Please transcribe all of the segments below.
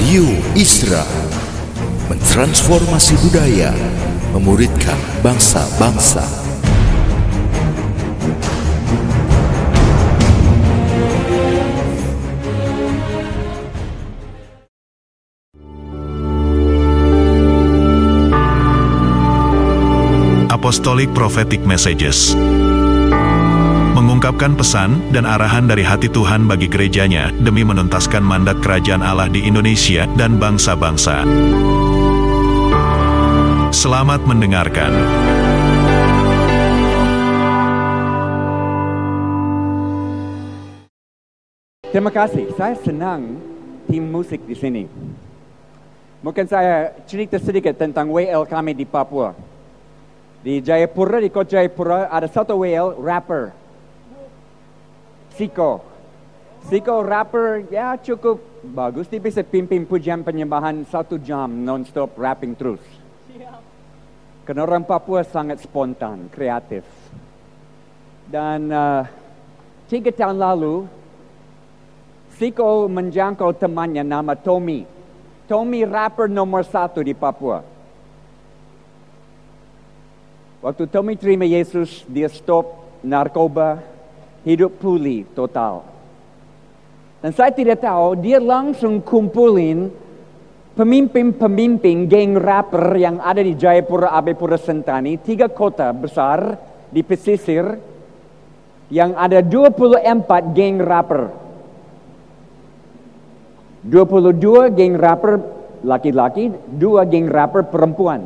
Radio Isra mentransformasi budaya, memuridkan bangsa-bangsa. Apostolic Prophetic Messages mengungkapkan pesan dan arahan dari hati Tuhan bagi gerejanya demi menuntaskan mandat kerajaan Allah di Indonesia dan bangsa-bangsa. Selamat mendengarkan. Terima kasih, saya senang tim musik di sini. Mungkin saya cerita sedikit tentang WL kami di Papua. Di Jayapura, di Kota Jayapura, ada satu WL rapper. Siko rapper, ya cukup bagus. Dia bisa pimpin pujian penyembahan 1 jam non-stop rapping terus. Karena orang Papua sangat spontan, kreatif. Dan 3 tahun lalu, Siko menjangkau temannya nama Tommy. Tommy rapper nomor 1 di Papua. Waktu Tommy terima Yesus, dia stop narkoba, hidup pulih total. Dan saya tidak tahu, dia langsung kumpulin pemimpin-pemimpin geng rapper yang ada di Jayapura, Abipura, Sentani, 3 kota besar di pesisir, yang ada 24 geng rapper. 22 geng rapper laki-laki, 2 geng rapper perempuan.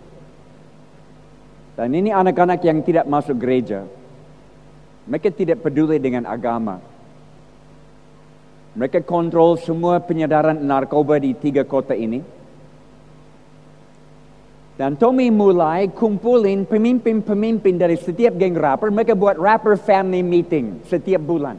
Dan ini anak-anak yang tidak masuk gereja. Mereka tidak peduli dengan agama. Mereka kontrol semua penyedaran narkoba di 3 kota ini. Dan Tommy mulai kumpulin pemimpin-pemimpin dari setiap geng rapper. Mereka buat rapper family meeting setiap bulan.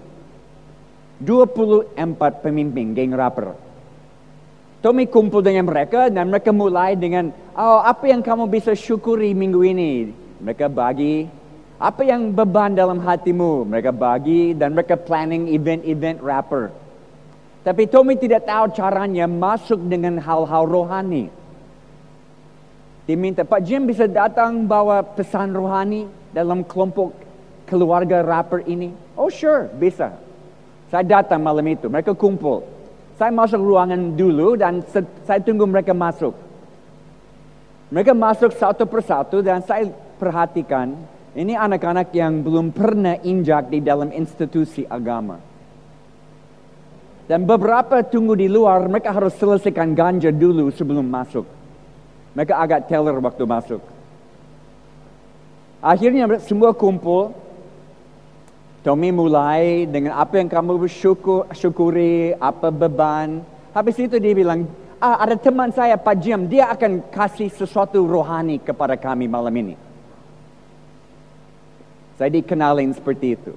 24 pemimpin geng rapper. Tommy kumpul dengan mereka dan mereka mulai dengan, apa yang kamu bisa syukuri minggu ini? Mereka bagi. Apa yang beban dalam hatimu? Mereka bagi dan mereka planning event-event rapper. Tapi Tommy tidak tahu caranya masuk dengan hal-hal rohani. Dia minta, Pak Jim bisa datang bawa pesan rohani dalam kelompok keluarga rapper ini? Oh sure, bisa. Saya datang malam itu, mereka kumpul. Saya masuk ruangan dulu dan saya tunggu mereka masuk. Mereka masuk satu persatu dan saya perhatikan, ini anak-anak yang belum pernah injak di dalam institusi agama. Dan beberapa tunggu di luar, mereka harus selesaikan ganja dulu sebelum masuk. Mereka agak teller waktu masuk. Akhirnya semua kumpul. Tommy mulai dengan apa yang kamu syukuri, apa beban. Habis itu dia bilang, ada teman saya Pak Jim, dia akan kasih sesuatu rohani kepada kami malam ini. Saya dikenalin seperti itu.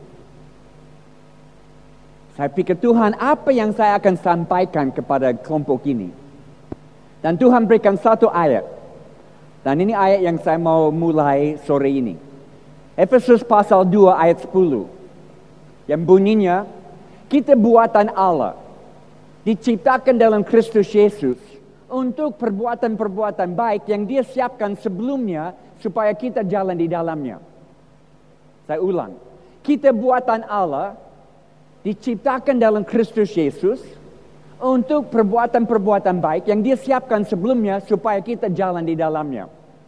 Saya pikir, Tuhan, apa yang saya akan sampaikan kepada kelompok ini? Dan Tuhan berikan satu ayat. Dan ini ayat yang saya mau mulai sore ini. Efesus pasal 2 ayat 10. Yang bunyinya, kita buatan Allah, diciptakan dalam Kristus Yesus untuk perbuatan-perbuatan baik yang Dia siapkan sebelumnya supaya kita jalan di dalamnya. Saya ulang, kita buatan Allah, diciptakan dalam Kristus Yesus untuk perbuatan-perbuatan baik yang Dia siapkan sebelumnya supaya kita jalan di dalamnya.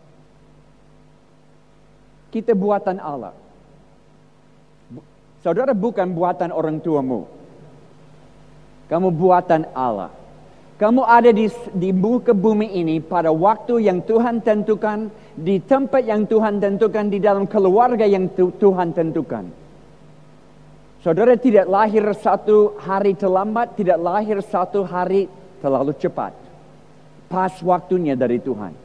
Kita buatan Allah. Saudara bukan buatan orang tuamu. Kamu buatan Allah. Kamu ada di muka bumi ini pada waktu yang Tuhan tentukan, di tempat yang Tuhan tentukan, di dalam keluarga yang Tuhan tentukan. Saudara tidak lahir 1 hari terlambat, tidak lahir 1 hari terlalu cepat. Pas waktunya dari Tuhan.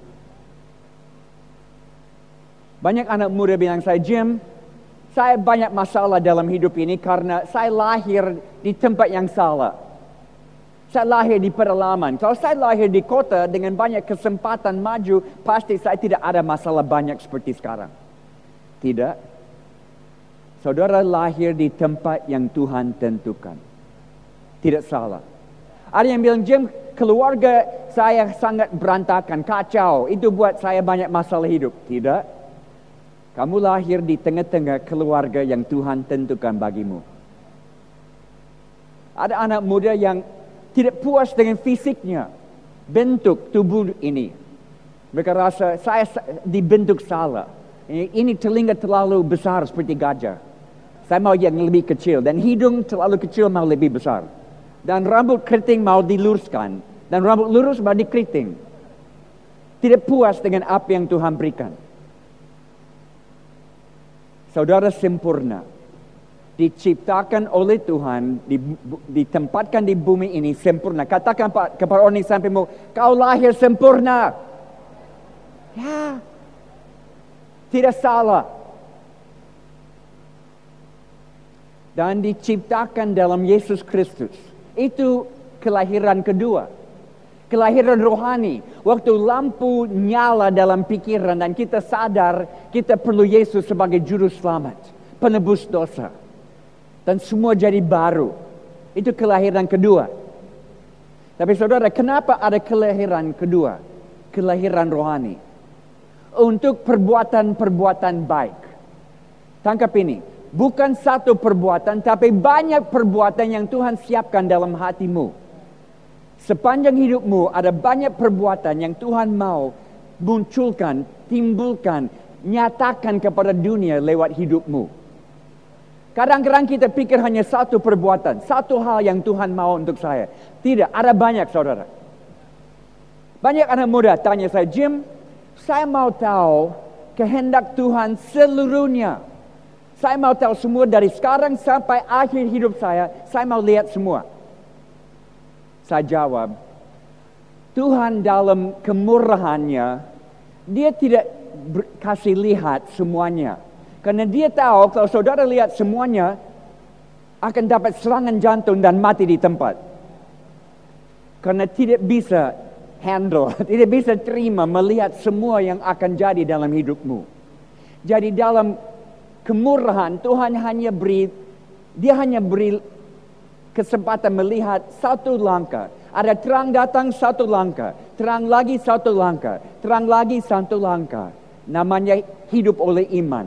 Banyak anak muda bilang saya, Jim, saya banyak masalah dalam hidup ini karena saya lahir di tempat yang salah. Saya lahir di pedalaman. Kalau saya lahir di kota dengan banyak kesempatan maju, pasti saya tidak ada masalah banyak seperti sekarang. Tidak. Saudara lahir di tempat yang Tuhan tentukan. Tidak salah. Ada yang bilang, Jim, keluarga saya sangat berantakan, kacau. Itu buat saya banyak masalah hidup. Tidak. Kamu lahir di tengah-tengah keluarga yang Tuhan tentukan bagimu. Ada anak muda yang tidak puas dengan fisiknya, bentuk tubuh ini. Mereka rasa saya dibentuk salah. Ini telinga terlalu besar seperti gajah. Saya mau yang lebih kecil. Dan hidung terlalu kecil mau lebih besar. Dan rambut keriting mau diluruskan. Dan rambut lurus mau dikeriting. Tidak puas dengan apa yang Tuhan berikan. Saudara sempurna. Diciptakan oleh Tuhan. Ditempatkan di bumi ini sempurna. Katakan kepada orang di sampingmu, kau lahir sempurna. Ya. Tidak salah. Dan diciptakan dalam Yesus Kristus. Itu kelahiran kedua. Kelahiran rohani. Waktu lampu nyala dalam pikiran dan kita sadar kita perlu Yesus sebagai juru selamat. Penebus dosa. Dan semua jadi baru. Itu kelahiran kedua. Tapi saudara, kenapa ada kelahiran kedua? Kelahiran rohani. Untuk perbuatan-perbuatan baik. Tangkap ini. Bukan satu perbuatan, tapi banyak perbuatan yang Tuhan siapkan dalam hatimu. Sepanjang hidupmu ada banyak perbuatan yang Tuhan mau munculkan, timbulkan, nyatakan kepada dunia lewat hidupmu. Kadang-kadang kita pikir hanya satu perbuatan, satu hal yang Tuhan mau untuk saya. Tidak, ada banyak saudara. Banyak anak muda tanya saya, Jim, saya mau tahu kehendak Tuhan seluruhnya. Saya mau tahu semua dari sekarang sampai akhir hidup saya mau lihat semua. Saya jawab, Tuhan dalam kemurahannya, dia tidak kasih lihat semuanya. Karena dia tahu kalau saudara lihat semuanya, akan dapat serangan jantung dan mati di tempat. Karena tidak bisa handle, tidak bisa terima melihat semua yang akan jadi dalam hidupmu. Jadi dalam kemurahan Tuhan hanya beri kesempatan melihat satu langkah. Ada terang datang satu langkah, terang lagi satu langkah, terang lagi satu langkah. Namanya hidup oleh iman.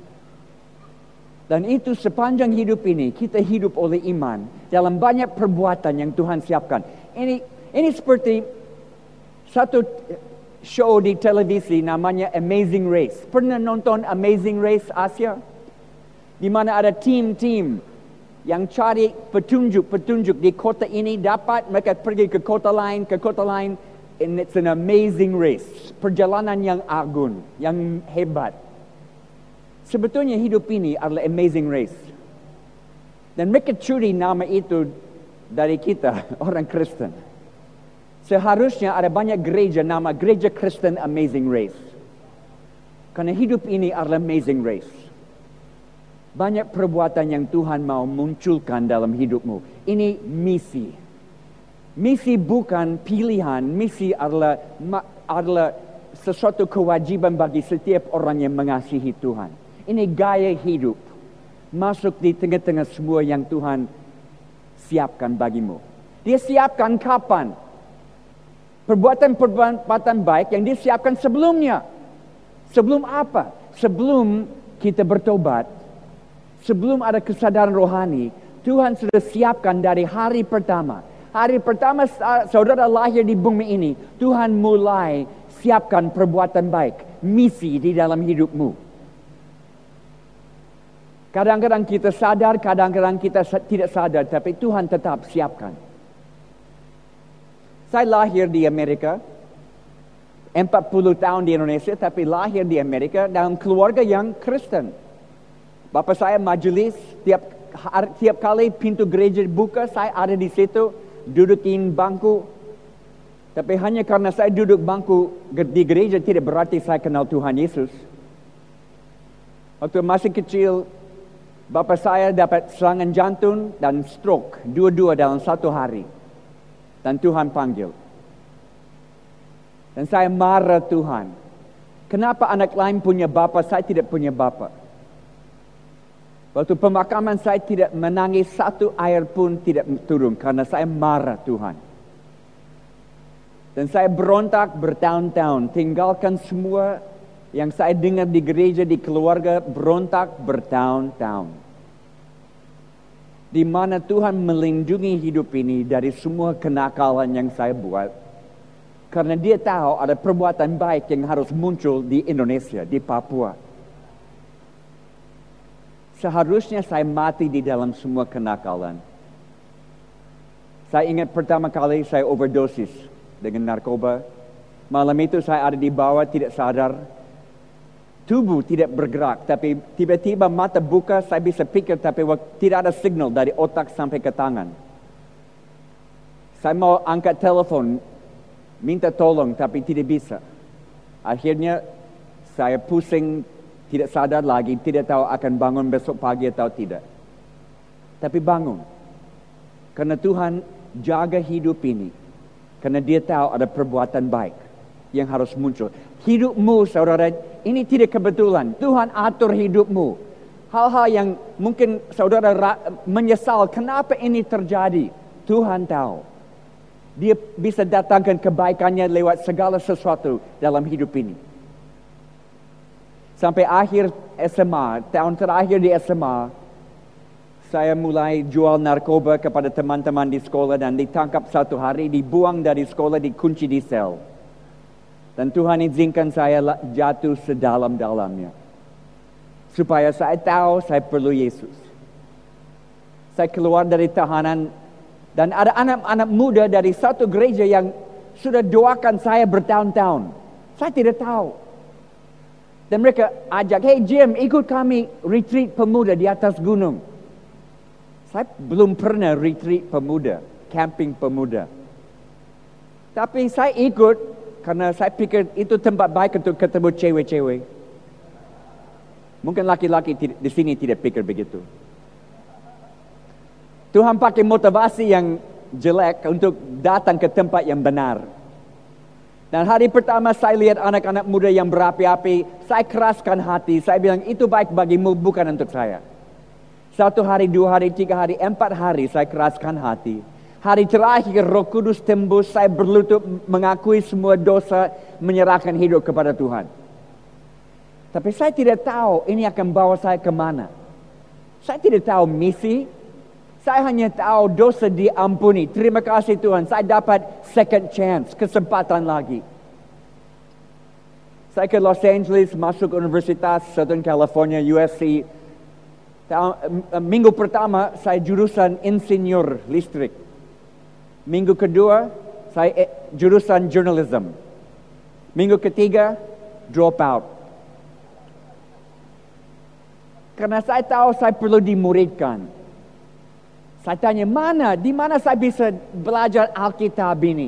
Dan itu sepanjang hidup ini kita hidup oleh iman dalam banyak perbuatan yang Tuhan siapkan. Ini seperti satu show di televisi namanya Amazing Race. Pernah nonton Amazing Race Asia? Di mana ada tim-tim yang cari petunjuk di kota ini, dapat mereka pergi ke kota lain. And it's an amazing race. Perjalanan yang agung, yang hebat. Sebetulnya hidup ini adalah amazing race. Dan mereka curi nama itu dari kita, orang Kristen. Seharusnya ada banyak gereja nama Gereja Kristen Amazing Race. Karena hidup ini adalah amazing race. Banyak perbuatan yang Tuhan mau munculkan dalam hidupmu. Ini misi. Misi bukan pilihan. Misi adalah sesuatu kewajiban bagi setiap orang yang mengasihi Tuhan. Ini gaya hidup. Masuk di tengah-tengah semua yang Tuhan siapkan bagimu. Dia siapkan kapan? Perbuatan-perbuatan baik yang disiapkan sebelumnya. Sebelum apa? Sebelum kita bertobat. Sebelum ada kesadaran rohani. Tuhan sudah siapkan dari hari pertama. Hari pertama saudara lahir di bumi ini. Tuhan mulai siapkan perbuatan baik. Misi di dalam hidupmu. Kadang-kadang kita sadar, kadang-kadang kita tidak sadar. Tapi Tuhan tetap siapkan. Saya lahir di Amerika. 40 tahun di Indonesia. Tapi lahir di Amerika dalam keluarga yang Kristen. Bapak saya majelis. Tiap kali pintu gereja buka, saya ada di situ. Dudukin bangku. Tapi hanya karena saya duduk bangku di gereja tidak berarti saya kenal Tuhan Yesus. Waktu masih kecil, bapak saya dapat serangan jantung dan stroke. Dua-dua dalam satu hari. Dan Tuhan panggil. Dan saya marah Tuhan. Kenapa anak lain punya bapak, saya tidak punya bapak? Waktu pemakaman saya tidak menangis, satu air pun tidak turun. Karena saya marah Tuhan. Dan saya berontak bertahun-tahun, tinggalkan semua yang saya dengar di gereja, di keluarga, berontak bertahun-tahun. Di mana Tuhan melindungi hidup ini dari semua kenakalan yang saya buat. Karena dia tahu ada perbuatan baik yang harus muncul di Indonesia, di Papua. Seharusnya saya mati di dalam semua kenakalan. Saya ingat pertama kali saya overdosis dengan narkoba. Malam itu saya ada di bawah tidak sadar. Tubuh tidak bergerak, tapi tiba-tiba mata buka, saya bisa pikir, tapi tidak ada signal dari otak sampai ke tangan. Saya mau angkat telepon, minta tolong, tapi tidak bisa. Akhirnya saya pusing, tidak sadar lagi, tidak tahu akan bangun besok pagi atau tidak. Tapi bangun. Karena Tuhan jaga hidup ini. Karena dia tahu ada perbuatan baik yang harus muncul. Hidupmu, saudara, ini tidak kebetulan. Tuhan atur hidupmu. Hal-hal yang mungkin saudara menyesal, kenapa ini terjadi? Tuhan tahu. Dia bisa datangkan kebaikannya lewat segala sesuatu dalam hidup ini. Sampai akhir SMA, tahun terakhir di SMA, saya mulai jual narkoba kepada teman-teman di sekolah dan ditangkap satu hari, dibuang dari sekolah, dikunci di sel. Dan Tuhan izinkan saya jatuh sedalam-dalamnya. Supaya saya tahu saya perlu Yesus. Saya keluar dari tahanan dan ada anak-anak muda dari satu gereja yang sudah doakan saya bertahun-tahun. Saya tidak tahu. Dan mereka ajak, hey Jim, ikut kami retreat pemuda di atas gunung. Saya belum pernah retreat pemuda, camping pemuda. Tapi saya ikut karena saya pikir itu tempat baik untuk ketemu cewek-cewek. Mungkin laki-laki di sini tidak pikir begitu. Tuhan pakai motivasi yang jelek untuk datang ke tempat yang benar. Dan hari pertama saya lihat anak-anak muda yang berapi-api, saya keraskan hati. Saya bilang, itu baik bagimu, bukan untuk saya. 1 hari, 2 hari, 3 hari, 4 hari saya keraskan hati. Hari terakhir Roh Kudus tembus, saya berlutut mengakui semua dosa, menyerahkan hidup kepada Tuhan. Tapi saya tidak tahu ini akan bawa saya kemana. Saya tidak tahu misi. Saya hanya tahu dosa diampuni. Terima kasih Tuhan, saya dapat second chance, kesempatan lagi. Saya ke Los Angeles, masuk Universitas Southern California, USC. Minggu pertama saya jurusan insinyur listrik. Minggu kedua saya jurusan journalism. Minggu ketiga drop out. Karena saya tahu saya perlu dimuridkan. Saya tanya, di mana saya bisa belajar Alkitab ini?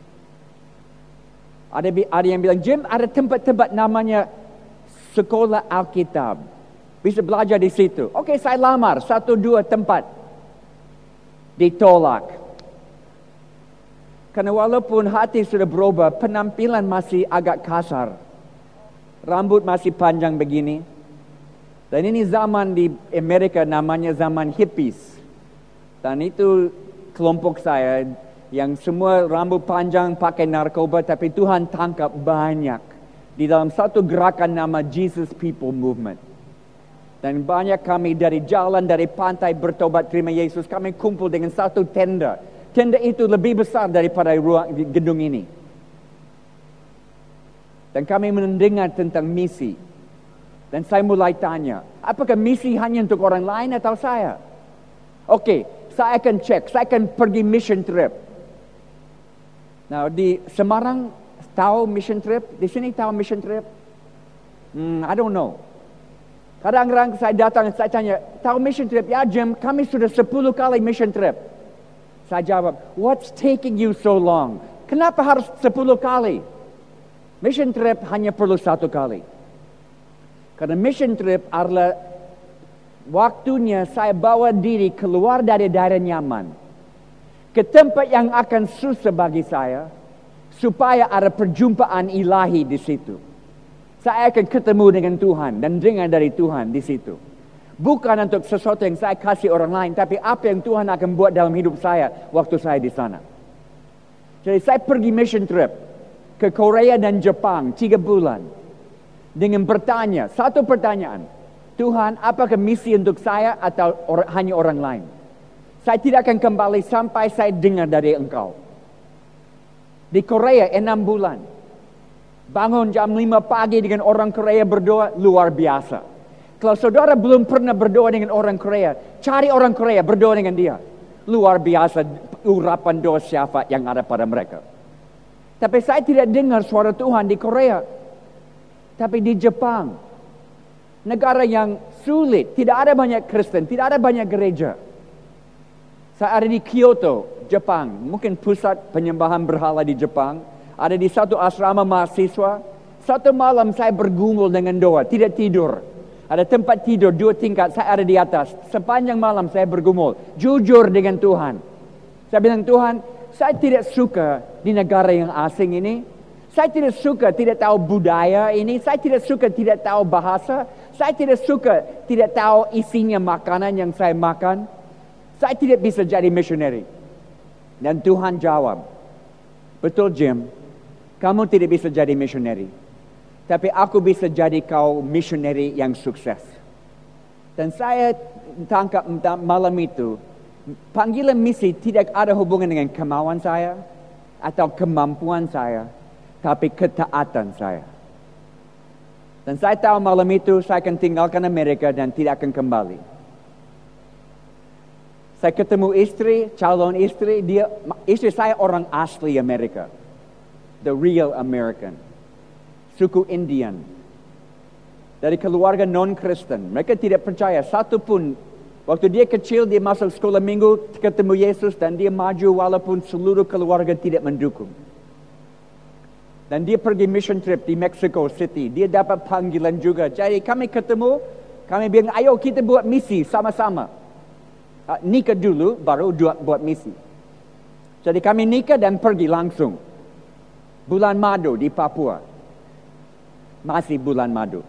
Ada yang bilang, Jim, ada tempat-tempat namanya Sekolah Alkitab. Bisa belajar di situ. Oke, saya lamar 1-2 tempat. Ditolak. Karena walaupun hati sudah berubah, penampilan masih agak kasar. Rambut masih panjang begini. Dan ini zaman di Amerika namanya zaman hippies. Dan itu kelompok saya yang semua rambut panjang pakai narkoba, tapi Tuhan tangkap banyak di dalam satu gerakan nama Jesus People Movement. Dan banyak kami dari jalan, dari pantai bertobat terima Yesus. Kami kumpul dengan satu tenda. Tenda itu lebih besar daripada ruang gedung ini. Dan kami mendengar tentang misi. Dan saya mulai tanya, apakah misi hanya untuk orang lain atau saya? Oke, saya akan cek, saya akan pergi mission trip. Nah, di Semarang tahu mission trip? Di sini tahu mission trip? I don't know. Kadang-kadang saya datang, saya tanya, tahu mission trip? Ya Jim, kami sudah 10 kali mission trip. Saya jawab, what's taking you so long? Kenapa harus 10 kali? Mission trip hanya perlu 1 kali. Karena mission trip adalah waktunya saya bawa diri keluar dari daerah nyaman. Ke tempat yang akan susah bagi saya. Supaya ada perjumpaan ilahi di situ. Saya akan ketemu dengan Tuhan dan dengar dari Tuhan di situ. Bukan untuk sesuatu yang saya kasih orang lain, tapi apa yang Tuhan akan buat dalam hidup saya waktu saya di sana. Jadi saya pergi mission trip ke Korea dan Jepang 3 bulan. Dengan bertanya, satu pertanyaan. Tuhan, apakah misi untuk saya atau hanya orang lain? Saya tidak akan kembali sampai saya dengar dari engkau. Di Korea 6 bulan. Bangun jam 5 pagi dengan orang Korea berdoa, luar biasa. Kalau saudara belum pernah berdoa dengan orang Korea, cari orang Korea, berdoa dengan dia. Luar biasa urapan doa syafaat yang ada pada mereka. Tapi saya tidak dengar suara Tuhan di Korea. Tapi di Jepang, negara yang sulit, tidak ada banyak Kristen, tidak ada banyak gereja. Saya ada di Kyoto, Jepang, mungkin pusat penyembahan berhala di Jepang. Ada di satu asrama mahasiswa. Satu malam saya bergumul dengan doa, tidak tidur. Ada tempat tidur 2 tingkat, saya ada di atas. Sepanjang malam saya bergumul, jujur dengan Tuhan. Saya bilang, Tuhan, saya tidak suka di negara yang asing ini. Saya tidak suka tidak tahu budaya ini. Saya tidak suka tidak tahu bahasa. Saya tidak suka tidak tahu isinya makanan yang saya makan. Saya tidak bisa jadi missionary. Dan Tuhan jawab, betul Jim, kamu tidak bisa jadi missionary. Tapi aku bisa jadi kau missionary yang sukses. Dan saya tangkap malam itu, panggilan misi tidak ada hubungan dengan kemauan saya atau kemampuan saya, tapi ketaatan saya. Dan saya tahu malam itu saya akan tinggalkan Amerika dan tidak akan kembali. Saya ketemu istri, calon istri, istri saya orang asli Amerika. The real American. Suku Indian. Dari keluarga non-Kristen. Mereka tidak percaya satupun. Waktu dia kecil, dia masuk sekolah minggu, ketemu Yesus, dan dia maju walaupun seluruh keluarga tidak mendukung. Dan dia pergi mission trip di Mexico City. Dia dapat panggilan juga. Jadi kami ketemu, kami bilang, ayo kita buat misi sama-sama. Nikah dulu, baru buat misi. Jadi kami nikah dan pergi langsung. Bulan madu di Papua. Masih bulan madu.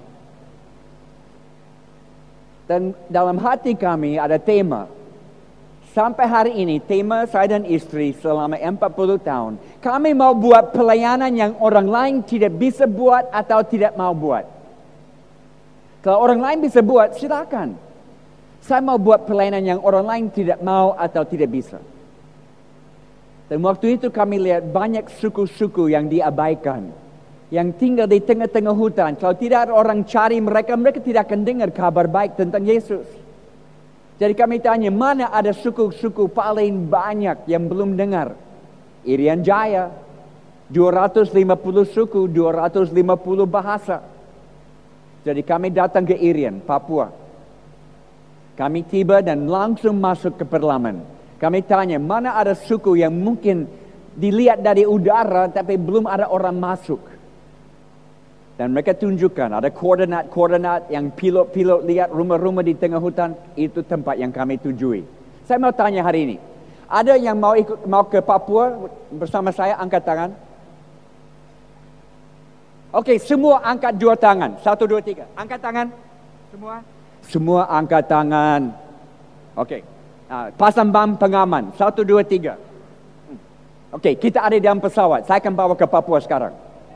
Dan dalam hati kami ada tema. Sampai hari ini, tema saya dan istri selama 40 tahun. Kami mau buat pelayanan yang orang lain tidak bisa buat atau tidak mau buat. Kalau orang lain bisa buat, silakan. Saya mau buat pelayanan yang orang lain tidak mau atau tidak bisa. Dan waktu itu kami lihat banyak suku-suku yang diabaikan. Yang tinggal di tengah-tengah hutan. Kalau tidak ada orang cari mereka, mereka tidak akan dengar kabar baik tentang Yesus. Jadi kami tanya, mana ada suku-suku paling banyak yang belum dengar? Irian Jaya, 250 suku, 250 bahasa. Jadi kami datang ke Irian, Papua. Kami tiba dan langsung masuk ke pedalaman. Kami tanya, mana ada suku yang mungkin dilihat dari udara tapi belum ada orang masuk. Dan mereka tunjukkan, ada koordinat-koordinat yang pilot-pilot lihat rumah-rumah di tengah hutan, itu tempat yang kami tujui. Saya mau tanya hari ini, ada yang mau ke Papua bersama saya, angkat tangan? Oke, semua angkat 2 tangan. 1, 2, 3. Angkat tangan. Semua? Semua angkat tangan. Oke. Pasang bam pengaman. 1, 2, 3. Oke, kita ada dalam pesawat. Saya akan bawa ke Papua sekarang.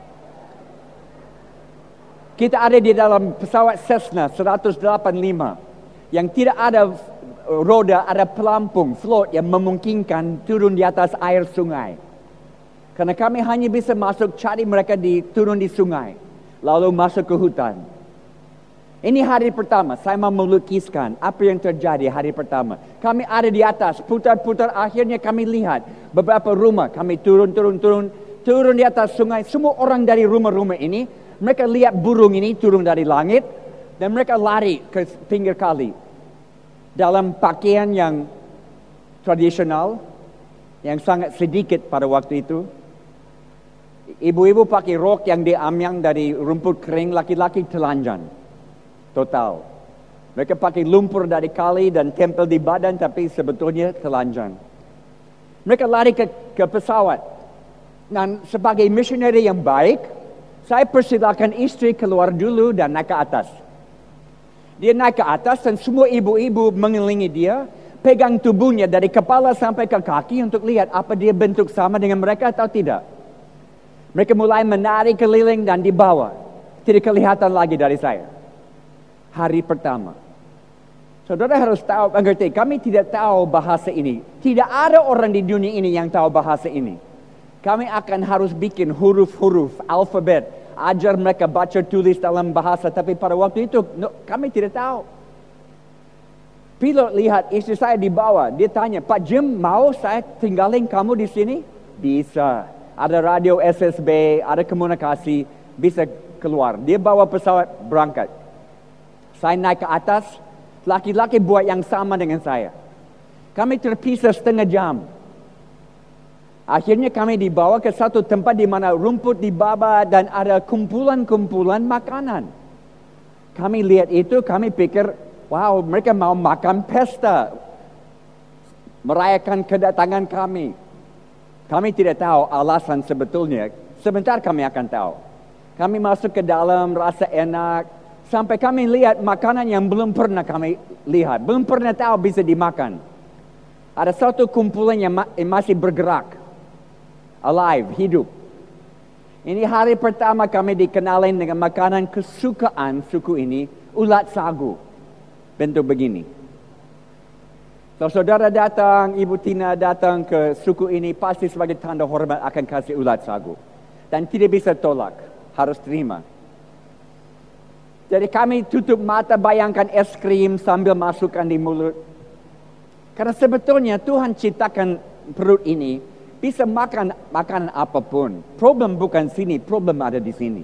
Kita ada di dalam pesawat Cessna 185 yang tidak ada roda, ada pelampung, float yang memungkinkan turun di atas air sungai. Karena kami hanya bisa masuk cari mereka turun di sungai, lalu masuk ke hutan. Ini hari pertama, saya mau melukiskan apa yang terjadi hari pertama. Kami ada di atas, putar-putar, akhirnya kami lihat beberapa rumah. Kami turun di atas sungai. Semua orang dari rumah-rumah ini, mereka lihat burung ini turun dari langit dan mereka lari ke pinggir kali dalam pakaian yang tradisional yang sangat sedikit pada waktu itu. Ibu-ibu pakai rok yang diamyang dari rumput kering, laki-laki telanjang total. Mereka pakai lumpur dari kali dan tempel di badan tapi sebetulnya telanjang. Mereka lari ke pesawat. Dan sebagai missionary yang baik, saya persilakan istri keluar dulu dan naik ke atas. Dia naik ke atas dan semua ibu-ibu mengelilingi dia. pegang tubuhnya dari kepala sampai ke kaki untuk lihat apa dia bentuk sama dengan mereka atau tidak. Mereka mulai menari keliling dan dibawa. Tidak kelihatan lagi dari saya. Hari pertama. Saudara harus tahu, mengerti, kami tidak tahu bahasa ini. Tidak ada orang di dunia ini yang tahu bahasa ini. Kami akan harus bikin huruf-huruf, alfabet, ajar mereka baca tulis dalam bahasa. Tapi pada waktu itu, kami tidak tahu. Pilot lihat istri saya di bawah. Dia tanya, Pak Jim, mau saya tinggalin kamu di sini? Bisa. Ada radio SSB, ada komunikasi, bisa keluar. Dia bawa pesawat berangkat. Saya naik ke atas, laki-laki buat yang sama dengan saya. Kami terpisah setengah jam. Akhirnya kami dibawa ke satu tempat di mana rumput dibaba dan ada kumpulan-kumpulan makanan. Kami lihat itu, kami pikir, wow, mereka mau makan pesta. Merayakan kedatangan kami. Kami tidak tahu alasan sebetulnya. Sebentar kami akan tahu. Kami masuk ke dalam, rasa enak. Sampai kami lihat makanan yang belum pernah kami lihat. Belum pernah tahu bisa dimakan. Ada satu kumpulan yang masih bergerak. Alive, hidup. Ini hari pertama kami dikenalin dengan makanan kesukaan suku ini. Ulat sagu. Bentuk begini. Kalau saudara datang, Ibu Tina datang ke suku ini, pasti sebagai tanda hormat akan kasih ulat sagu. Dan tidak bisa tolak, harus terima. Jadi kami tutup mata bayangkan es krim sambil masukkan di mulut. Karena sebetulnya Tuhan ciptakan perut ini bisa makan makanan apapun. Problem bukan sini, problem ada di sini.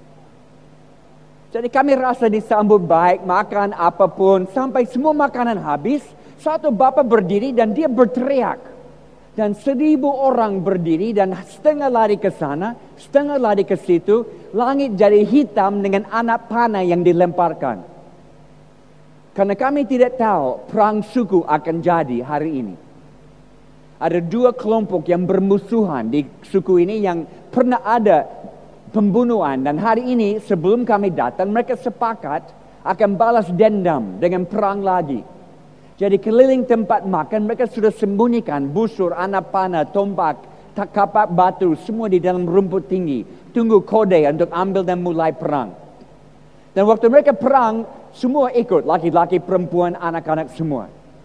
Jadi kami rasa disambut baik, makan apapun, sampai semua makanan habis. Satu bapak berdiri dan dia berteriak. Dan 1,000 orang berdiri dan setengah lari ke sana, setengah lari ke situ. Langit jadi hitam dengan anak panah yang dilemparkan. Karena kami tidak tahu perang suku akan jadi hari ini. Ada 2 kelompok yang bermusuhan di suku ini yang pernah ada pembunuhan. Dan hari ini sebelum kami datang mereka sepakat akan balas dendam dengan perang lagi. Jadi keliling tempat makan mereka sudah sembunyikan busur, anak panah, tombak, kapak batu, semua di dalam rumput tinggi. Tunggu kode untuk ambil dan mulai perang. Dan waktu mereka perang, semua ikut, laki-laki, perempuan, anak-anak semua.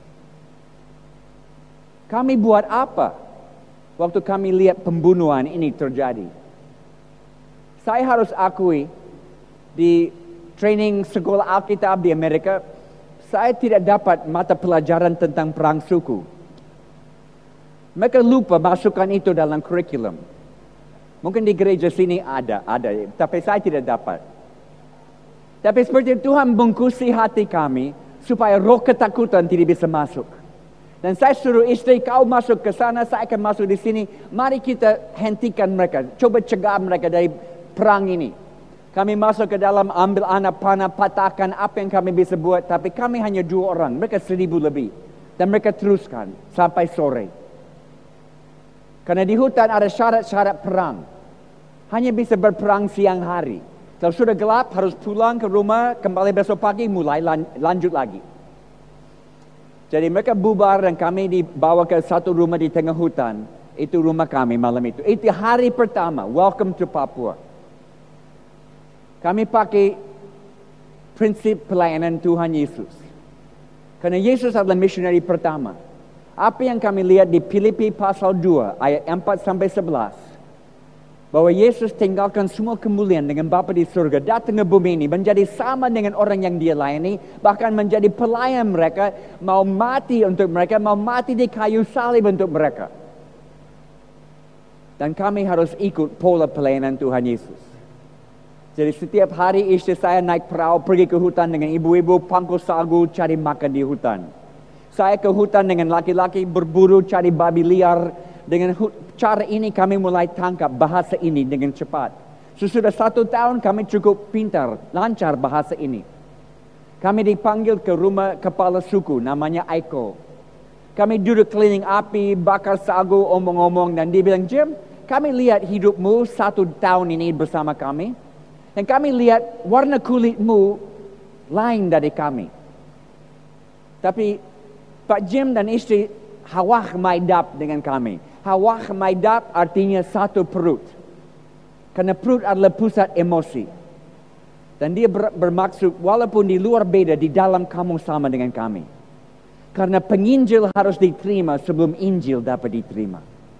Kami buat apa waktu kami lihat pembunuhan ini terjadi? Saya harus akui, di training sekolah Alkitab di Amerika, saya tidak dapat mata pelajaran tentang perang suku. Mereka lupa masukkan itu dalam kurikulum. Mungkin di gereja sini ada, tapi saya tidak dapat. Tapi seperti Tuhan bungkusi hati kami, supaya roh ketakutan tidak bisa masuk. Dan saya suruh istri, kau masuk ke sana, saya akan masuk di sini. Mari kita hentikan mereka, coba cegah mereka dari perang ini. Kami masuk ke dalam, ambil anak panah, patahkan apa yang kami bisa buat. Tapi kami hanya 2 orang, mereka 1,000 lebih. Dan mereka teruskan sampai sore. Karena di hutan ada syarat-syarat perang. Hanya bisa berperang siang hari. Kalau sudah gelap harus pulang ke rumah, kembali besok pagi mulai lanjut lagi. Jadi mereka bubar dan kami dibawa ke satu rumah di tengah hutan. Itu rumah kami malam itu. Itu hari pertama, welcome to Papua. Kami pakai prinsip pelayanan Tuhan Yesus. Karena Yesus adalah missionary pertama. Apa yang kami lihat di Filipi pasal 2 ayat 4-11. Bahwa Yesus tinggalkan semua kemuliaan dengan Bapa di surga. Datang ke bumi ini menjadi sama dengan orang yang dia layani. Bahkan menjadi pelayan mereka. Mau mati untuk mereka. Mau mati di kayu salib untuk mereka. Dan kami harus ikut pola pelayanan Tuhan Yesus. Jadi setiap hari istri saya naik perahu pergi ke hutan dengan ibu-ibu pangkul sagu cari makan di hutan. Saya ke hutan dengan laki-laki berburu cari babi liar. Dengan cara ini kami mulai tangkap bahasa ini dengan cepat. Sesudah 1 tahun kami cukup pintar, lancar bahasa ini. Kami dipanggil ke rumah kepala suku namanya Aiko. Kami duduk keliling api, bakar sagu, omong-omong. Dan dia bilang, Jim, kami lihat hidupmu 1 tahun ini bersama kami. Dan kami lihat warna kulitmu lain dari kami. Tapi Pak Jim dan istri Hawah Maidap dengan kami. Hawah Maidap artinya satu perut. Karena perut adalah pusat emosi. Dan dia bermaksud walaupun di luar beda, di dalam kamu sama dengan kami. Karena penginjil harus diterima sebelum Injil dapat diterima.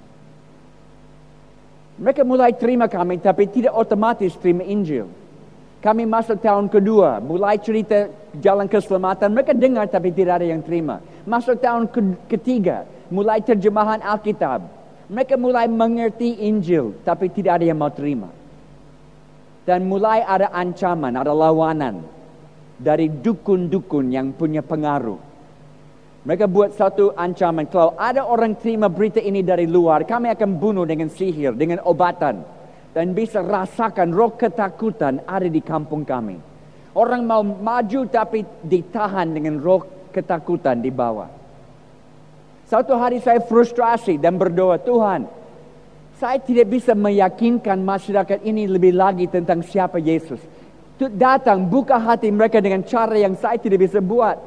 Mereka mulai terima kami tapi tidak otomatis terima Injil. Kami masuk tahun kedua, mulai cerita jalan keselamatan. Mereka dengar tapi tidak ada yang terima. Masuk tahun ketiga, mulai terjemahan Alkitab. Mereka mulai mengerti Injil tapi tidak ada yang mau terima. Dan mulai ada ancaman, ada lawanan dari dukun-dukun yang punya pengaruh. Mereka buat satu ancaman, kalau ada orang terima berita ini dari luar, kami akan bunuh dengan sihir, dengan obatan. Dan bisa rasakan roh ketakutan ada di kampung kami. Orang mau maju tapi ditahan dengan roh ketakutan di bawah. Suatu hari saya frustrasi dan berdoa, Tuhan, saya tidak bisa meyakinkan masyarakat ini lebih lagi tentang siapa Yesus. Datang, buka hati mereka dengan cara yang saya tidak bisa buat.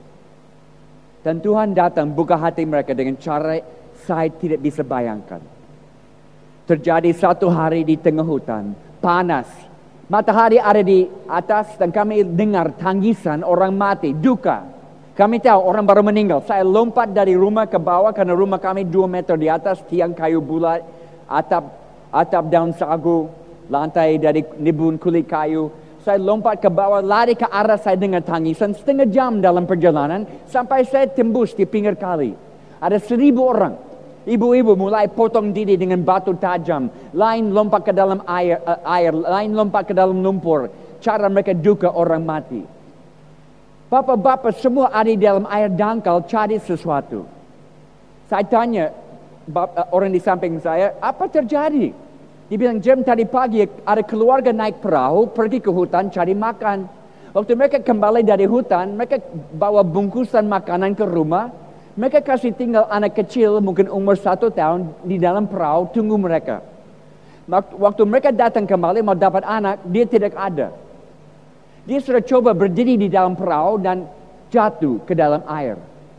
Dan Tuhan datang, buka hati mereka dengan cara saya tidak bisa bayangkan. Terjadi satu hari di tengah hutan, panas. Matahari ada di atas dan kami dengar tangisan orang mati, duka. Kami tahu orang baru meninggal. Saya lompat dari rumah ke bawah karena rumah kami 2 meter di atas, tiang kayu bulat, atap daun sagu, lantai dari nibun kulit kayu. Saya lompat ke bawah, lari ke arah saya dengar tangisan. Setengah jam dalam perjalanan, sampai saya tembus di pinggir kali. Ada 1,000 orang. Ibu-ibu mulai potong diri dengan batu tajam. Lain lompat ke dalam air, lain lompat ke dalam lumpur. Cara mereka duka orang mati. Bapak-bapak semua ada di dalam air dangkal cari sesuatu. Saya tanya orang di samping saya, apa terjadi? Dia bilang, Jim, tadi pagi ada keluarga naik perahu pergi ke hutan cari makan. Waktu mereka kembali dari hutan, mereka bawa bungkusan makanan ke rumah. Mereka kasih tinggal anak kecil mungkin umur 1 tahun di dalam perahu tunggu mereka. Waktu mereka datang kembali mau dapat anak, dia tidak ada. Dia sudah coba berdiri di dalam perahu dan jatuh ke dalam air.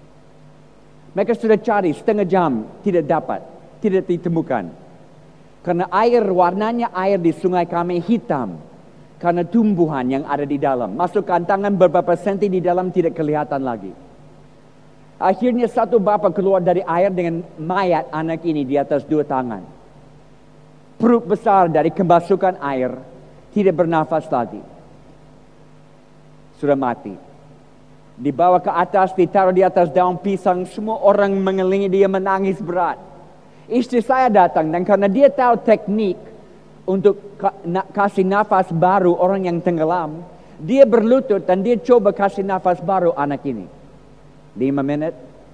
Mereka sudah cari setengah jam, tidak dapat, tidak ditemukan. Karena air, warnanya air di sungai kami hitam. Karena tumbuhan yang ada di dalam. Masukkan tangan beberapa senti di dalam tidak kelihatan lagi. Akhirnya satu bapak keluar dari air dengan mayat anak ini di atas 2 tangan. Perut besar dari kemasukan air, tidak bernafas lagi. Sudah mati. Dibawa ke atas, ditaruh di atas daun pisang. Semua orang mengelilingi dia menangis berat. Istri saya datang dan karena dia tahu teknik untuk kasih nafas baru orang yang tenggelam, dia berlutut dan dia coba kasih nafas baru anak ini. 5 menit,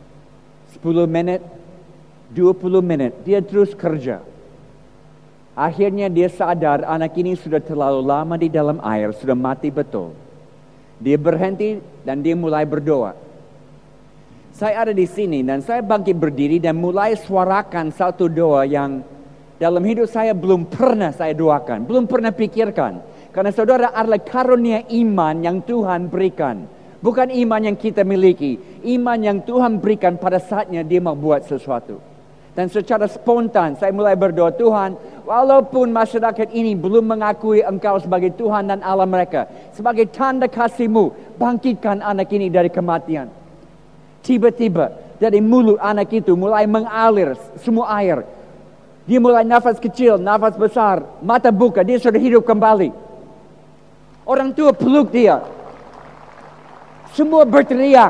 10 menit, 20 menit. Dia terus kerja. Akhirnya dia sadar anak ini sudah terlalu lama di dalam air, sudah mati betul. Dia berhenti dan dia mulai berdoa. Saya ada di sini dan saya bangkit berdiri dan mulai suarakan satu doa yang dalam hidup saya belum pernah saya doakan, belum pernah pikirkan. Karena saudara adalah karunia iman yang Tuhan berikan. Bukan iman yang kita miliki, iman yang Tuhan berikan pada saatnya dia mau buat sesuatu. Dan secara spontan saya mulai berdoa, Tuhan, walaupun masyarakat ini belum mengakui Engkau sebagai Tuhan dan Allah mereka, sebagai tanda kasih-Mu, bangkitkan anak ini dari kematian. Tiba-tiba dari mulut anak itu mulai mengalir semua air. Dia mulai nafas kecil, nafas besar, mata buka, dia sudah hidup kembali. Orang tua peluk dia. Semua berteriak.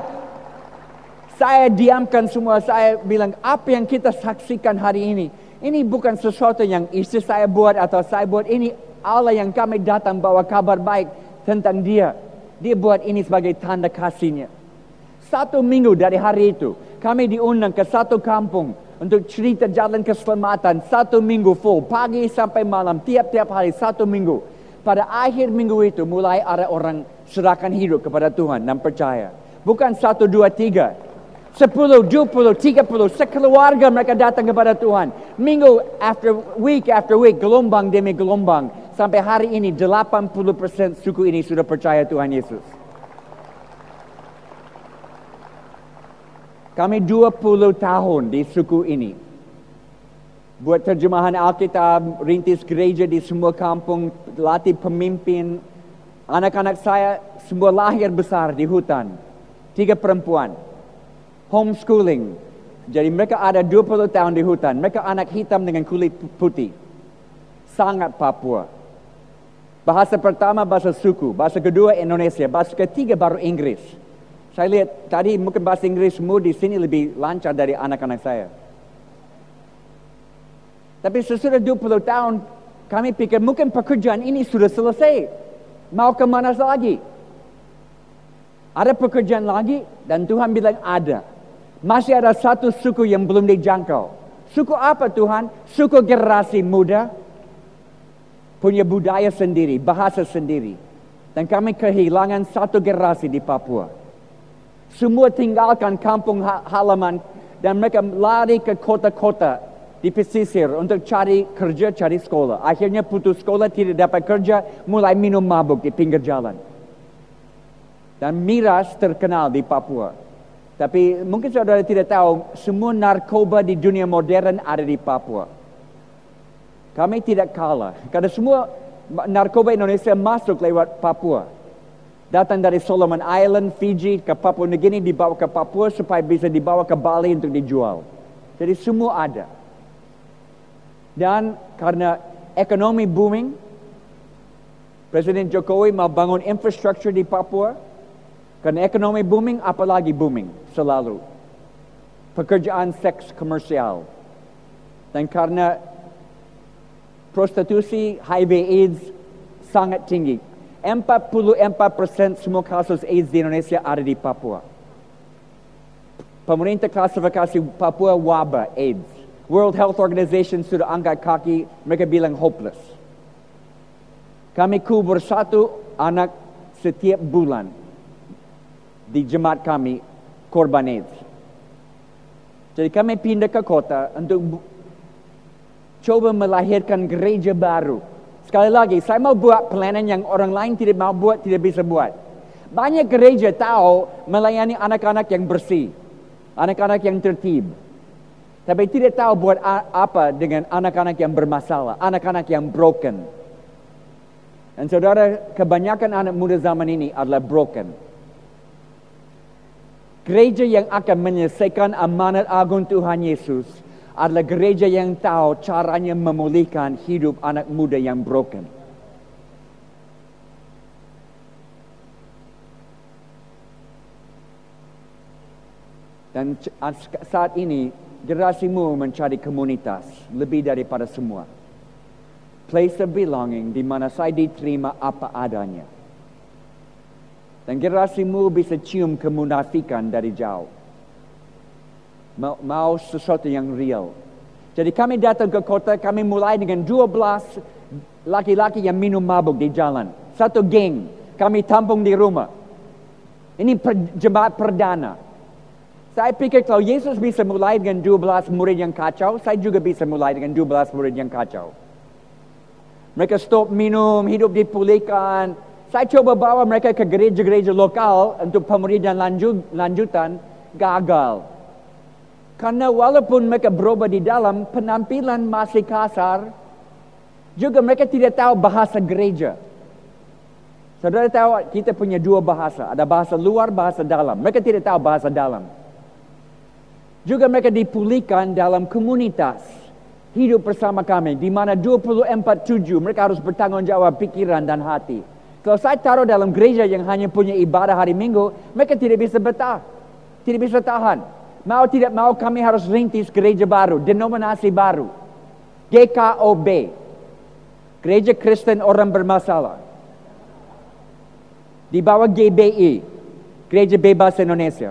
Saya diamkan semua. Saya bilang, apa yang kita saksikan hari ini? Ini bukan sesuatu yang istri saya buat atau saya buat. Ini Allah yang kami datang bawa kabar baik tentang dia. Dia buat ini sebagai tanda kasihnya. 1 minggu dari hari itu, kami diundang ke satu kampung untuk cerita jalan keselamatan. 1 minggu full, pagi sampai malam, tiap-tiap hari 1 minggu. Pada akhir minggu itu mulai ada orang serahkan hidup kepada Tuhan dan percaya. Bukan 1, 2, 3. 10, 20, 30. Sekeluarga mereka datang kepada Tuhan. Minggu after week, gelombang demi gelombang. Sampai hari ini 80% suku ini sudah percaya Tuhan Yesus. Kami 20 tahun di suku ini. Buat terjemahan Alkitab, rintis gereja di semua kampung, latih pemimpin. Anak-anak saya semua lahir besar di hutan. 3 perempuan. Homeschooling. Jadi mereka ada 20 tahun di hutan. Mereka anak hitam dengan kulit putih. Sangat Papua. Bahasa pertama bahasa suku. Bahasa kedua Indonesia. Bahasa ketiga baru Inggris. Saya lihat tadi mungkin bahasa Inggrismu di sini lebih lancar dari anak-anak saya. Tapi sesudah 20 tahun, kami pikir mungkin pekerjaan ini sudah selesai. Mau kemana lagi? Ada pekerjaan lagi? Dan Tuhan bilang ada. Masih ada satu suku yang belum dijangkau. Suku apa Tuhan? Suku generasi muda. Punya budaya sendiri, bahasa sendiri. Dan kami kehilangan satu generasi di Papua. Semua tinggalkan kampung halaman dan mereka lari ke kota-kota di pesisir untuk cari kerja, cari sekolah. Akhirnya putus sekolah, tidak dapat kerja, mulai minum mabuk di pinggir jalan. Dan miras terkenal di Papua. Tapi mungkin saudara tidak tahu, semua narkoba di dunia modern ada di Papua. Kami tidak kalah, karena semua narkoba Indonesia masuk lewat Papua. Datang dari Solomon Island, Fiji, ke Papua Nugini, dibawa ke Papua supaya bisa dibawa ke Bali untuk dijual. Jadi semua ada. Dan karena ekonomi booming, Presiden Jokowi mau bangun infrastruktur di Papua. Karena ekonomi booming, apalagi booming selalu. Pekerjaan seks komersial. Dan karena prostitusi, HIV AIDS sangat tinggi. 44% semua kasus AIDS di Indonesia ada di Papua. Pemerintah klasifikasi Papua wabah AIDS. World Health Organization sudah angkat kaki, mereka bilang hopeless. Kami kubur 1 anak setiap bulan di jemaat kami korban AIDS. Jadi kami pindah ke kota untuk coba melahirkan gereja baru. Sekali lagi, saya mau buat pelayanan yang orang lain tidak mau buat, tidak bisa buat. Banyak gereja tahu melayani anak-anak yang bersih, anak-anak yang tertib. Tapi tidak tahu buat apa dengan anak-anak yang bermasalah, anak-anak yang broken. Dan saudara, kebanyakan anak muda zaman ini adalah broken. Gereja yang akan menyelesaikan amanat agung Tuhan Yesus adalah gereja yang tahu caranya memulihkan hidup anak muda yang broken. Dan saat ini generasimu mencari komunitas lebih daripada semua. Place of belonging di mana saya diterima apa adanya. Dan generasimu bisa cium kemunafikan dari jauh. Mau sesuatu yang real. Jadi kami datang ke kota, kami mulai dengan 12 laki-laki yang minum mabuk di jalan. Satu geng, kami tampung di rumah. Ini jemaat perdana. Saya pikir kalau Yesus bisa mulai dengan 12 murid yang kacau, saya juga bisa mulai dengan 12 murid yang kacau. Mereka stop minum, hidup dipulihkan. Saya coba bawa mereka ke gereja-gereja lokal untuk pemuridan lanjutan, gagal. Karena walaupun mereka berubah di dalam, penampilan masih kasar, juga mereka tidak tahu bahasa gereja. Saudara tahu kita punya 2 bahasa, ada bahasa luar, bahasa dalam. Mereka tidak tahu bahasa dalam. Juga mereka dipulihkan dalam komunitas, hidup bersama kami, di mana 24/7 mereka harus bertanggung jawab pikiran dan hati. Kalau saya taruh dalam gereja yang hanya punya ibadah hari Minggu, mereka tidak bisa betah, tidak bisa tahan. Mau tidak mau kami harus rintis gereja baru, denominasi baru. GKOB. Gereja Kristen Orang Bermasalah. Di bawah GBI. Gereja Bebas Indonesia.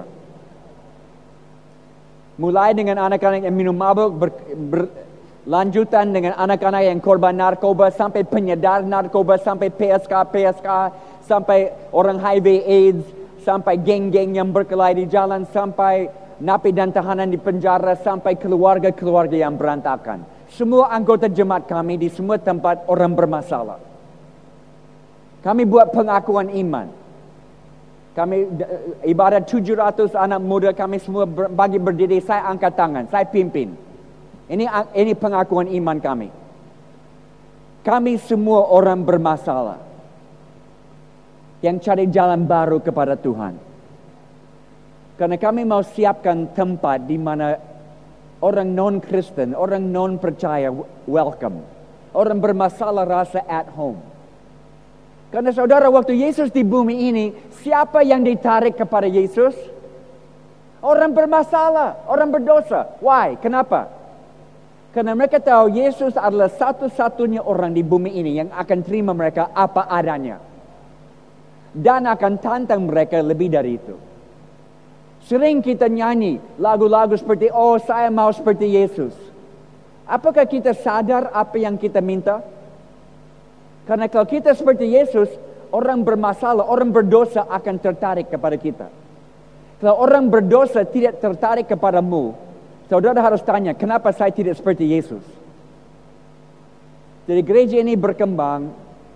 Mulai dengan anak-anak yang minum mabuk, berlanjutan dengan anak-anak yang korban narkoba, sampai penyedar narkoba, sampai PSK, sampai orang HIV AIDS, sampai geng-geng yang berkelahi di jalan, sampai napi dan tahanan di penjara, sampai keluarga-keluarga yang berantakan. Semua anggota jemaat kami di semua tempat orang bermasalah. Kami buat pengakuan iman. Kami ibarat 700 anak muda, kami semua bagi berdiri, saya angkat tangan, saya pimpin. Ini pengakuan iman kami. Kami semua orang bermasalah yang cari jalan baru kepada Tuhan. Karena kami mau siapkan tempat di mana orang non-Kristen, orang non-percaya welcome. Orang bermasalah rasa at home. Karena saudara, waktu Yesus di bumi ini, siapa yang ditarik kepada Yesus? Orang bermasalah, orang berdosa. Why? Kenapa? Karena mereka tahu Yesus adalah satu-satunya orang di bumi ini yang akan terima mereka apa adanya. Dan akan tantang mereka lebih dari itu. Sering kita nyanyi lagu-lagu seperti, oh saya mau seperti Yesus. Apakah kita sadar apa yang kita minta? Karena kalau kita seperti Yesus, orang bermasalah, orang berdosa akan tertarik kepada kita. Kalau orang berdosa tidak tertarik kepadamu, saudara harus tanya, kenapa saya tidak seperti Yesus? Jadi gereja ini berkembang,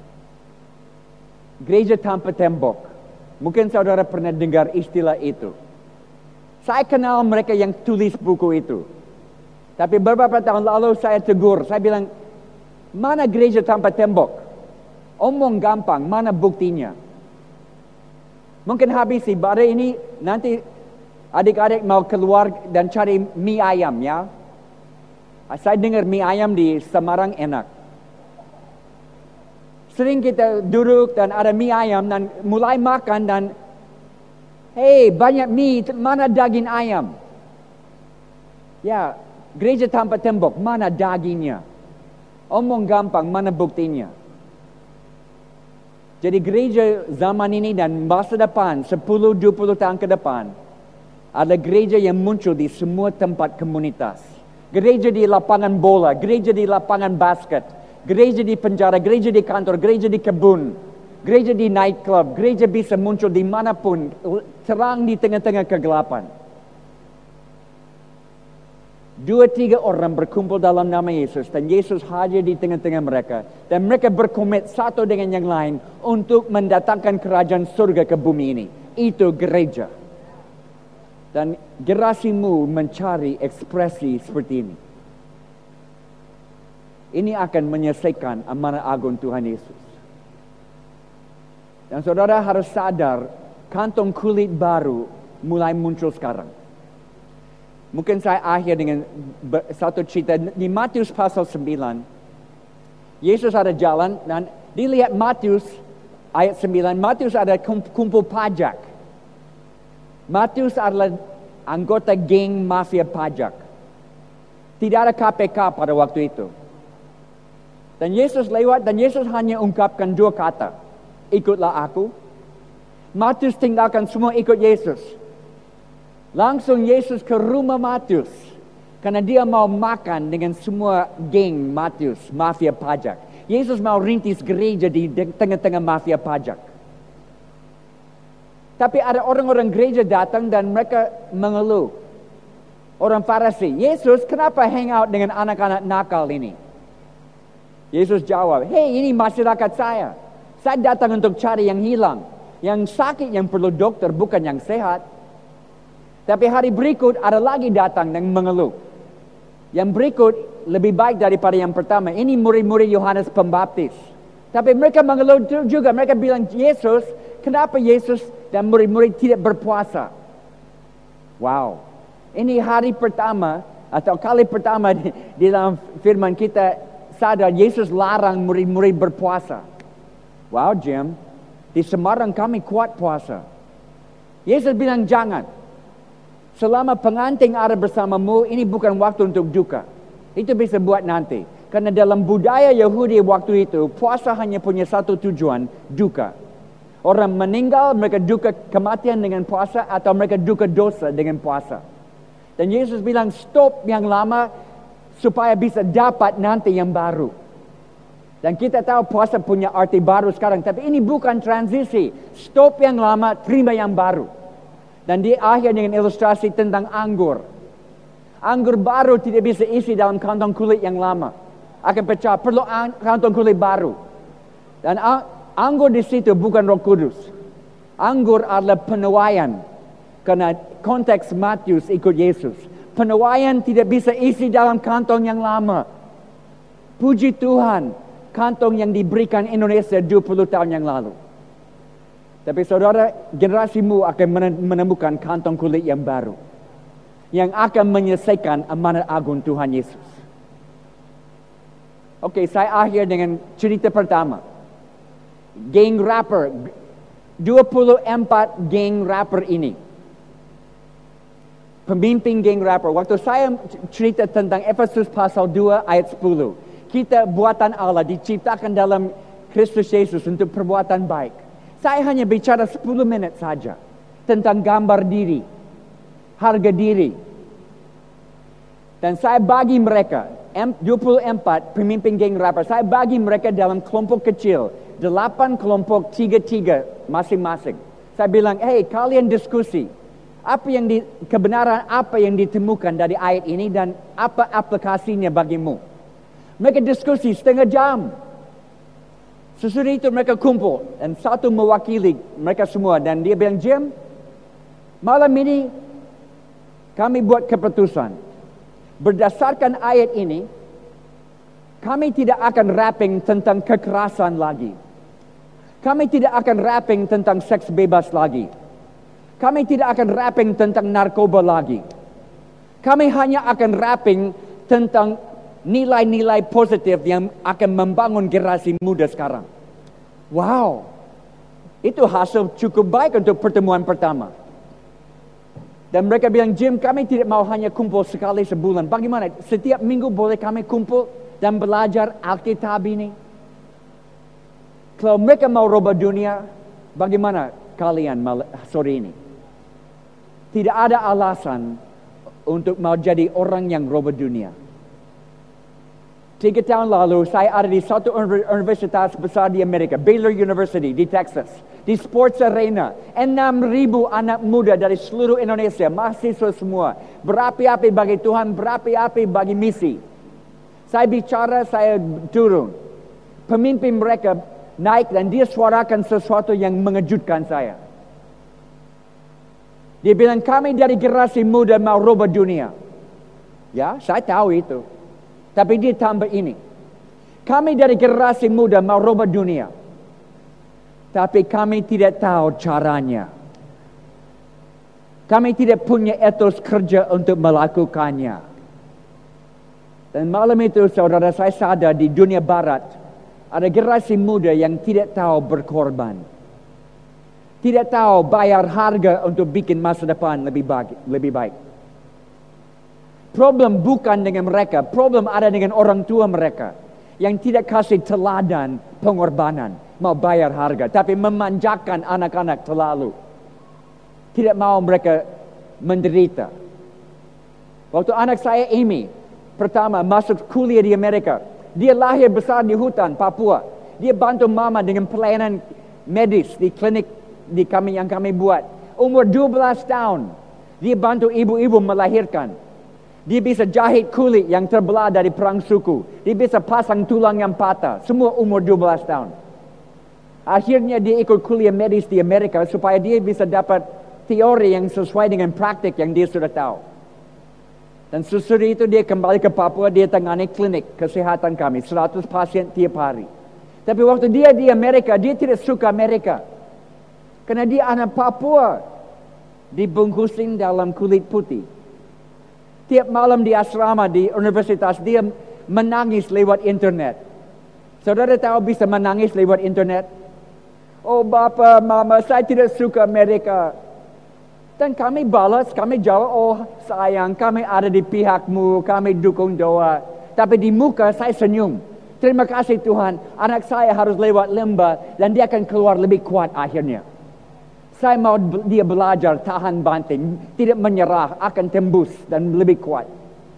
gereja tanpa tembok. Mungkin saudara pernah dengar istilah itu. Saya kenal mereka yang tulis buku itu. Tapi beberapa tahun lalu saya tegur, saya bilang, mana gereja tanpa tembok? Omong gampang, mana buktinya? Mungkin habis ibadah ini, nanti adik-adik mau keluar dan cari mie ayam ya. Saya dengar mie ayam di Semarang enak. Sering kita duduk dan ada mie ayam dan mulai makan dan hey, banyak mie, mana daging ayam? Ya, gereja tanpa tembok, mana dagingnya? Omong gampang, mana buktinya? Jadi gereja zaman ini dan masa depan, 10-20 tahun ke depan, ada gereja yang muncul di semua tempat komunitas. Gereja di lapangan bola, gereja di lapangan basket, gereja di penjara, gereja di kantor, gereja di kebun, gereja di nightclub, gereja bisa muncul dimanapun, terang di tengah-tengah kegelapan. 2-3 orang berkumpul dalam nama Yesus dan Yesus hadir di tengah-tengah mereka dan mereka berkomit satu dengan yang lain untuk mendatangkan kerajaan surga ke bumi ini. Itu gereja. Dan generasimu mencari ekspresi seperti ini. Ini akan menyelesaikan amanah agung Tuhan Yesus. Dan saudara harus sadar, kantong kulit baru mulai muncul sekarang. Mungkin saya akhir dengan satu cerita. Di Matius pasal 9, Yesus ada jalan dan dilihat Matius ayat 9. Matius ada kumpul pajak. Matius adalah anggota geng mafia pajak. Tidak ada KPK pada waktu itu. Dan Yesus lewat dan Yesus hanya ungkapkan 2 kata. Ikutlah aku. Matius tinggalkan semua ikut Yesus. Langsung Yesus ke rumah Matius. Karena dia mau makan dengan semua geng Matius, mafia pajak. Yesus mau rintis gereja di tengah-tengah mafia pajak. Tapi ada orang-orang gereja datang dan mereka mengeluh. Orang Farisi, Yesus kenapa hangout dengan anak-anak nakal ini? Yesus jawab, hey ini masyarakat saya. Saya datang untuk cari yang hilang. Yang sakit yang perlu dokter bukan yang sehat. Tapi hari berikut ada lagi datang dan mengeluh. Yang berikut lebih baik daripada yang pertama. Ini murid-murid Yohanes Pembaptis. Tapi mereka mengeluh juga. Mereka bilang, Yesus, kenapa Yesus dan murid-murid tidak berpuasa? Wow. Ini hari pertama atau kali pertama di dalam firman kita sadar Yesus larang murid-murid berpuasa. Wow Jim, di Semarang kami kuat puasa. Yesus bilang jangan. Selama pengantin ada bersamamu, ini bukan waktu untuk duka. Itu bisa buat nanti. Karena dalam budaya Yahudi waktu itu, puasa hanya punya satu tujuan, duka. Orang meninggal, mereka duka kematian dengan puasa, atau mereka duka dosa dengan puasa. Dan Yesus bilang, stop yang lama, supaya bisa dapat nanti yang baru. Dan kita tahu puasa punya arti baru sekarang, tapi ini bukan transisi. Stop yang lama, terima yang baru. Dan di akhir dengan ilustrasi tentang anggur. Anggur baru tidak bisa isi dalam kantong kulit yang lama. Akan pecah, perlu kantong kulit baru. Dan anggur di situ bukan Roh Kudus. Anggur adalah penuaian. Karena konteks Matius ikut Yesus. Penuaian tidak bisa isi dalam kantong yang lama. Puji Tuhan, kantong yang diberikan Indonesia 20 tahun yang lalu. Tapi saudara, generasimu akan menemukan kantong kulit yang baru. Yang akan menyelesaikan amanat agung Tuhan Yesus. Oke, saya akhir dengan cerita pertama. Geng rapper. 24 geng rapper ini. Pemimpin geng rapper. Waktu saya cerita tentang Efesus pasal 2 ayat 10. Kita buatan Allah diciptakan dalam Kristus Yesus untuk perbuatan baik. Saya hanya bicara 10 menit saja. Tentang gambar diri. Harga diri. Dan saya bagi mereka. 24 pemimpin geng rapper. Saya bagi mereka dalam kelompok kecil. 8 kelompok 3-3 masing-masing. Saya bilang, hey, kalian diskusi. Kebenaran apa yang ditemukan dari ayat ini dan apa aplikasinya bagimu. Mereka diskusi setengah jam. Sesudah itu mereka kumpul. Dan satu mewakili mereka semua. Dan dia bilang, Jim, malam ini kami buat keputusan. Berdasarkan ayat ini, kami tidak akan rapping tentang kekerasan lagi. Kami tidak akan rapping tentang seks bebas lagi. Kami tidak akan rapping tentang narkoba lagi. Kami hanya akan rapping tentang nilai-nilai positif yang akan membangun generasi muda sekarang. Wow, itu hasil cukup baik untuk pertemuan pertama. Dan mereka bilang, Jim, kami tidak mau hanya kumpul sekali sebulan. Bagaimana? Setiap minggu boleh kami kumpul dan belajar Alkitab ini? Kalau mereka mau rubah dunia, bagaimana kalian sore ini? Tidak ada alasan untuk mau jadi orang yang rubah dunia. 3 tahun lalu, saya ada di satu universitas besar di Amerika, Baylor University di Texas. Di Sports Arena, 6,000 anak muda dari seluruh Indonesia, mahasiswa semua, berapi-api bagi Tuhan, berapi-api bagi misi. Saya bicara, saya turun. Pemimpin mereka naik dan dia suarakan sesuatu yang mengejutkan saya. Dia bilang, kami dari generasi muda mau rubah dunia. Ya, saya tahu itu. Tapi dia tambah ini. Kami dari generasi muda mau rubah dunia. Tapi kami tidak tahu caranya. Kami tidak punya etos kerja untuk melakukannya. Dan malam itu saudara, saya sadar di dunia barat ada generasi muda yang tidak tahu berkorban. Tidak tahu bayar harga untuk bikin masa depan lebih baik. Problem bukan dengan mereka, problem ada dengan orang tua mereka yang tidak kasih teladan pengorbanan, mau bayar harga, tapi memanjakan anak-anak terlalu. Tidak mau mereka menderita. Waktu anak saya Amy pertama masuk kuliah di Amerika, dia lahir besar di hutan Papua. Dia bantu mama dengan pelayanan medis di klinik yang kami buat. Umur 12 tahun, dia bantu ibu-ibu melahirkan. Dia bisa jahit kulit yang terbelah dari perang suku. Dia bisa pasang tulang yang patah. Semua umur 12 tahun. Akhirnya dia ikut kuliah medis di Amerika supaya dia bisa dapat teori yang sesuai dengan praktik yang dia sudah tahu. Dan sesudah itu dia kembali ke Papua, dia tangani klinik kesehatan kami. 100 pasien tiap hari. Tapi waktu dia di Amerika, dia tidak suka Amerika. Karena dia anak Papua. Dibungkusin dalam kulit putih. Tiap malam di asrama di universitas dia menangis lewat internet. Saudara tahu bisa menangis lewat internet? Oh Bapa, Mama, saya tidak suka Amerika. Dan kami balas, kami jawab, oh sayang, kami ada di pihakmu, kami dukung doa. Tapi di muka saya senyum. Terima kasih Tuhan, anak saya harus lewat lembah dan dia akan keluar lebih kuat akhirnya. Saya mau dia belajar tahan banting, tidak menyerah, akan tembus dan lebih kuat.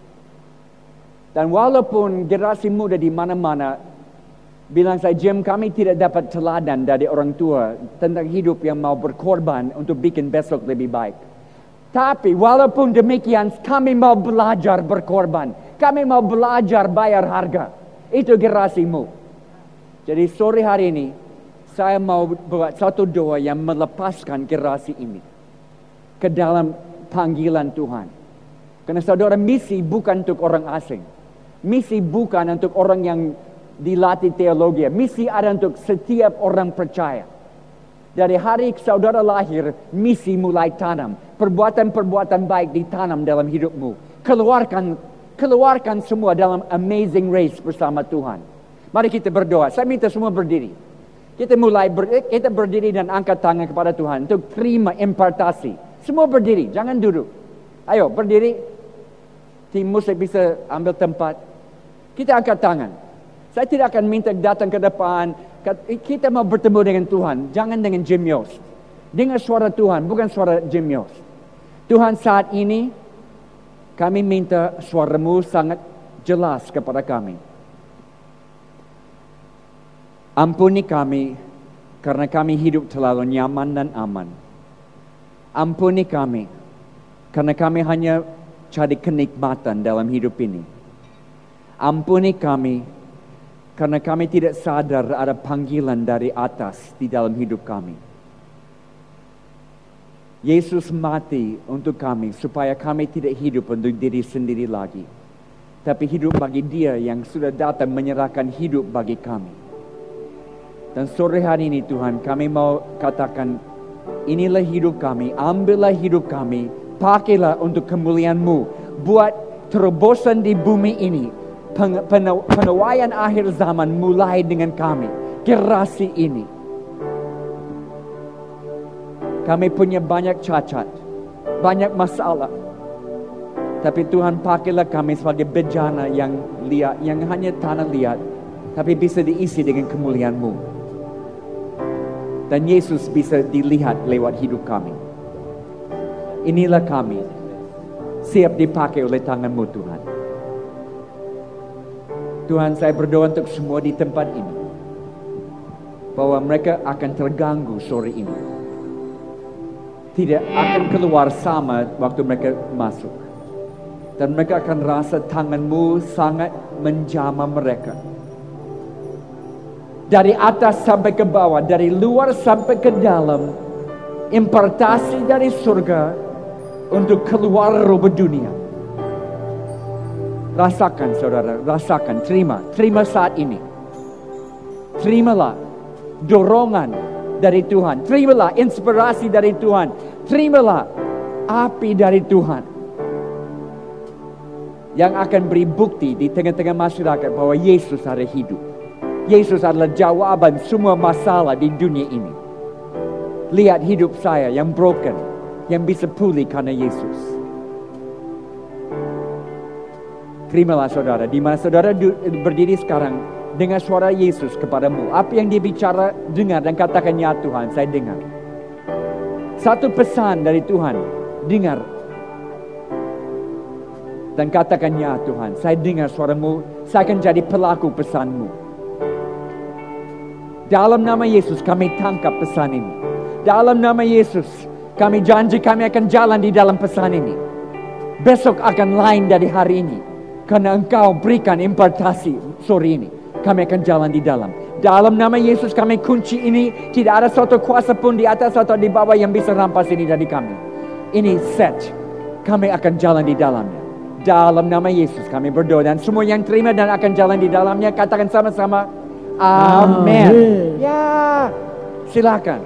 Dan walaupun generasi muda di mana-mana bilang saya, Jim, kami tidak dapat teladan dari orang tua tentang hidup yang mau berkorban untuk bikin besok lebih baik. Tapi walaupun demikian, kami mau belajar berkorban. Kami mau belajar bayar harga. Itu generasimu. Jadi sore hari ini, saya mau buat satu doa yang melepaskan generasi ini ke dalam panggilan Tuhan. Karena saudara, misi bukan untuk orang asing. Misi bukan untuk orang yang dilatih teologi. Misi ada untuk setiap orang percaya. Dari hari saudara lahir, misi mulai tanam. Perbuatan-perbuatan baik ditanam dalam hidupmu. Keluarkan semua dalam amazing race bersama Tuhan. Mari kita berdoa. Saya minta semua berdiri. Kita berdiri dan angkat tangan kepada Tuhan untuk terima impartasi. Semua berdiri, jangan duduk. Ayo berdiri. Tim musik bisa ambil tempat. Kita angkat tangan. Saya tidak akan minta datang ke depan. Kita mau bertemu dengan Tuhan. Jangan dengan Jim Yost. Dengar suara Tuhan, bukan suara Jim Yost. Tuhan, saat ini kami minta suaramu sangat jelas kepada kami. Ampuni kami karena kami hidup terlalu nyaman dan aman. Ampuni kami karena kami hanya cari kenikmatan dalam hidup ini. Ampuni kami karena kami tidak sadar ada panggilan dari atas di dalam hidup kami. Yesus mati untuk kami supaya kami tidak hidup untuk diri sendiri lagi, tapi hidup bagi Dia yang sudah datang menyerahkan hidup bagi kami. Dan sore hari ini Tuhan, kami mau katakan, inilah hidup kami, ambillah hidup kami, pakailah untuk kemuliaan-Mu. Buat terobosan di bumi ini, penuaian akhir zaman mulai dengan kami, generasi ini. Kami punya banyak cacat, banyak masalah. Tapi Tuhan, pakailah kami sebagai bejana yang liat, yang hanya tanah liat, tapi bisa diisi dengan kemuliaan-Mu. Dan Yesus bisa dilihat lewat hidup kami. Inilah kami, siap dipakai oleh tangan-Mu Tuhan. Tuhan, saya berdoa untuk semua di tempat ini, bahwa mereka akan terganggu sore ini. Tidak akan keluar sama waktu mereka masuk. Dan mereka akan rasa tangan-Mu sangat menjamah mereka. Dari atas sampai ke bawah, dari luar sampai ke dalam, impartasi dari surga untuk keluar roba dunia. Rasakan saudara, rasakan, terima saat ini. Terimalah dorongan dari Tuhan, terimalah inspirasi dari Tuhan, terimalah api dari Tuhan yang akan beri bukti di tengah-tengah masyarakat bahwa Yesus ada hidup. Yesus adalah jawaban semua masalah di dunia ini. Lihat hidup saya yang broken, yang bisa pulih karena Yesus. Terimalah saudara, di mana saudara berdiri sekarang, dengar suara Yesus kepadamu. Apa yang Dia bicara, dengar dan katakan, ya Tuhan, saya dengar. Satu pesan dari Tuhan, dengar. Dan katakan, ya Tuhan, saya dengar suaramu, saya akan jadi pelaku pesanmu. Dalam nama Yesus kami tangkap pesan ini. Dalam nama Yesus kami janji kami akan jalan di dalam pesan ini. Besok akan lain dari hari ini. Karena Engkau berikan impartasi sore ini. Kami akan jalan di dalam. Dalam nama Yesus kami kunci ini. Tidak ada suatu kuasa pun di atas atau di bawah yang bisa rampas ini dari kami. Ini set. Kami akan jalan di dalamnya. Dalam nama Yesus kami berdoa. Dan semua yang terima dan akan jalan di dalamnya, katakan sama-sama, amin. Ya, silakan.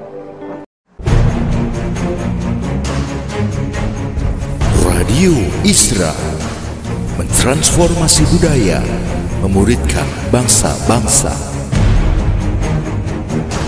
Radio Isra mentransformasi budaya, memuridkan bangsa-bangsa.